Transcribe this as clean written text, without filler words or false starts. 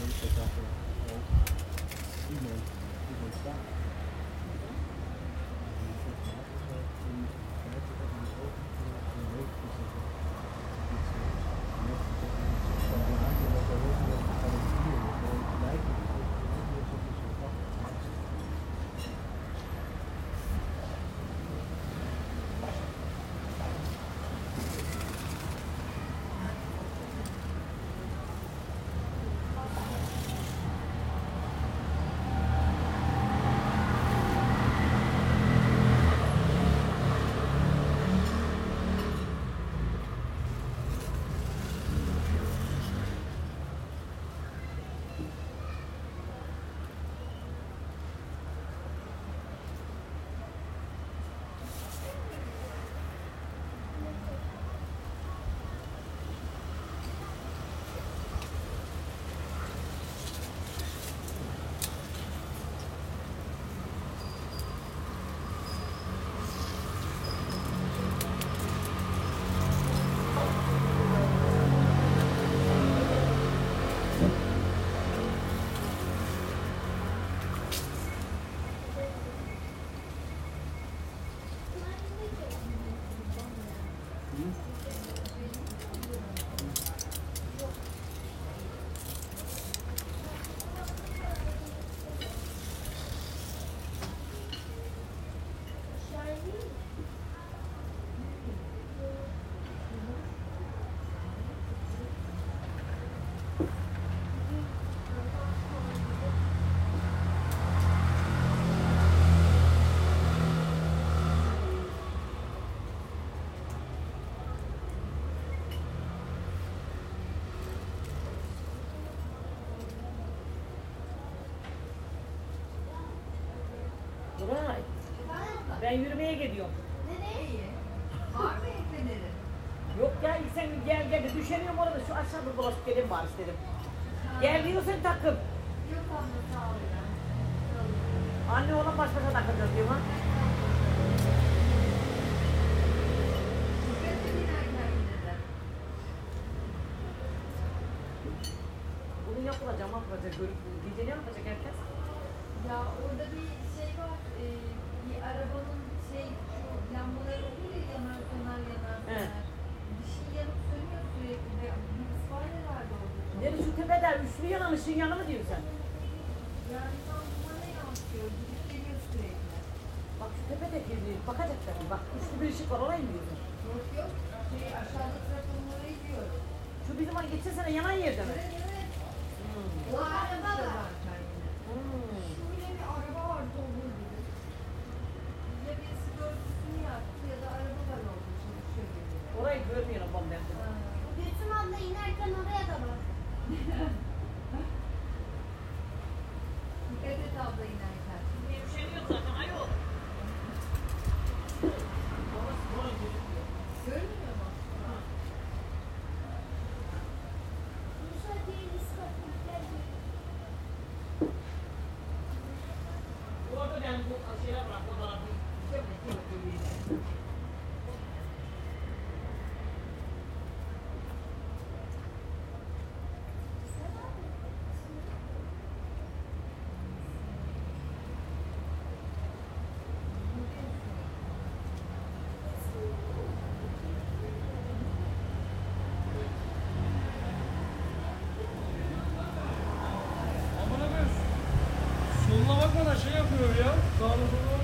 Nuray, ben yürümeye gidiyorum. Nereye? Var mı ekmeleri? Yok ya sen gel düşeniyorum orada şu aşağıda dolaşıp gelin bari istedim. Gel diyorsan takım. Yok abla sağ ol ya. Anne oğlan baş başa takılacağız diyor ha. Dikkat edin erkenlere. Bunu yapılacak ama yapacak görüp gece ne yapacak herkes? Ya orada bir şey var. Bir arabanın şey şu lambaları olur ya yanar söner yanar söner. Evet. Bir şey yanıp sönüyor sürekli. Ve bir var herhalde orada. Nerede şu tepede üçlü yanan ışığın yanı mı diyorsun sen? Yani tam bana yansıyor. Gidip geliyor sürekli. Bak şu tepedeki bir bakacaklar. Bak üçlü bir ışık var orayı mı diyorsun? Yok yok. Şey aşağıda trafonun orayı diyorum. Şu bizim hani geçen sene yanan yerde mi? Evet evet. Hmm. O araba var. Hmm. Şöyle bir araba var dolu gibi. Ya birisi görüntüsünü yaptı ya da arabalar oldu çalışıyor gibi. Orayı görmüyorum ben. Gülsüm abla inerken oraya da bak. Dikkat et abla inerken. Üşeniyor zaten ayol. Görmüyor mu? Musa değil iskatlıklar değil. Orada ben bu şeyler bırak o tarafı. Soluna bakmadan şey yapıyor ya. Sağına soluna